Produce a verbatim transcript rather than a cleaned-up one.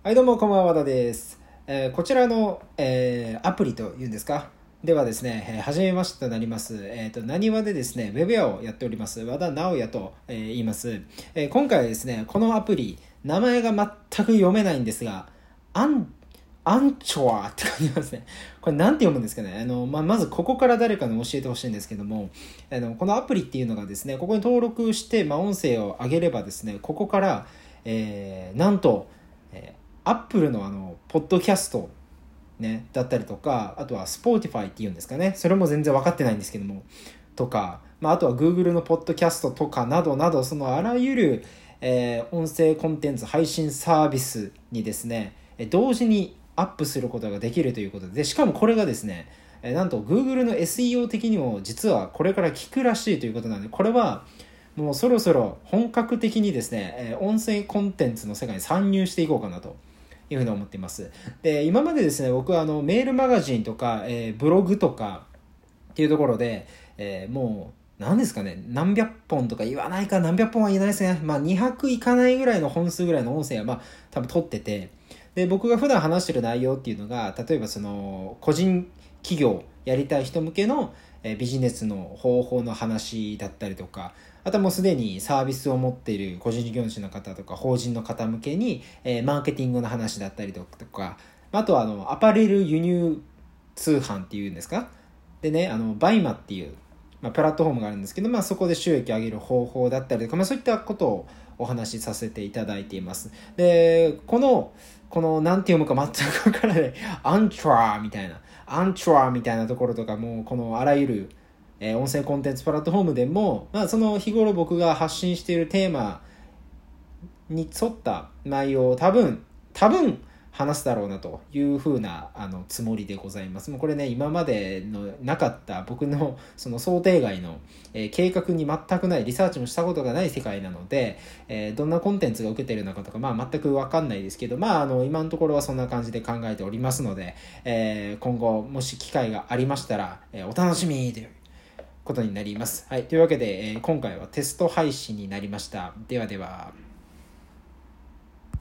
はいどうもこんばんは、和田です。えーこちらの、えーアプリというんですかではですね、えー初めましてとなります。えっ、と、なにわでですね、ウェブ屋をやっております、和田直也と、えー言います。えー今回はですね、このアプリ、名前が全く読めないんですが、アン、アンチョアって感じなんですね。これなんて読むんですかね。あの、まあ、まずここから誰かに教えてほしいんですけども、あの、このアプリっていうのがですね、ここに登録して、まあ、音声を上げればですね、ここから、えーなんと、えーアップルのあの、ポッドキャスト、ね、だったりとか、あとはスポーティファイっていうんですかね。それも全然分かってないんですけども、とか、まあ、あとは Google のポッドキャストとかなどなど、そのあらゆる、えー音声コンテンツ配信サービスにですね、え同時にアップすることができるということで、しかもこれがですね、えなんと Google の エスイーオー 的にも実はこれから効くらしいということなので、これはもうそろそろ本格的にですね、え音声コンテンツの世界に参入していこうかなというふうに思っています。で、今までですね、僕はあのメールマガジンとか、えーブログとかっていうところで、えーもう何ですかね、何百本とか言わないか、何百本は言えないですね。まあにひゃくいかないぐらいの本数ぐらいの音声はまあ多分取ってて、で、僕が普段話してる内容っていうのが、例えばその個人企業やりたい人向けのえービジネスの方法の話だったりとか、あとはもうすでにサービスを持っている個人事業主の方とか法人の方向けに、えーマーケティングの話だったりとか、あとはあのアパレル輸入通販っていうんですか、でね、あのバイマっていう、まあ、プラットフォームがあるんですけど、まあ、そこで収益を上げる方法だったりとか、まあ、そういったことをお話しさせていただいています。で、このこのなんて読むか全くわからないアントラーみたいなアントラーみたいなところとかも、このあらゆるえー音声コンテンツプラットフォームでも、まあ、その日頃僕が発信しているテーマに沿った内容を多分多分話すだろうなというふうなあのつもりでございます。もうこれね、今までのなかった僕のその想定外の、えー計画に全くないリサーチもしたことがない世界なので、えーどんなコンテンツが受けているのかとか、まあ、全く分かんないですけど、まあ、あの今のところはそんな感じで考えておりますので、えー今後もし機会がありましたら、えーお楽しみということになります。はい、というわけで、えー今回はテスト配信になりました。ではでは。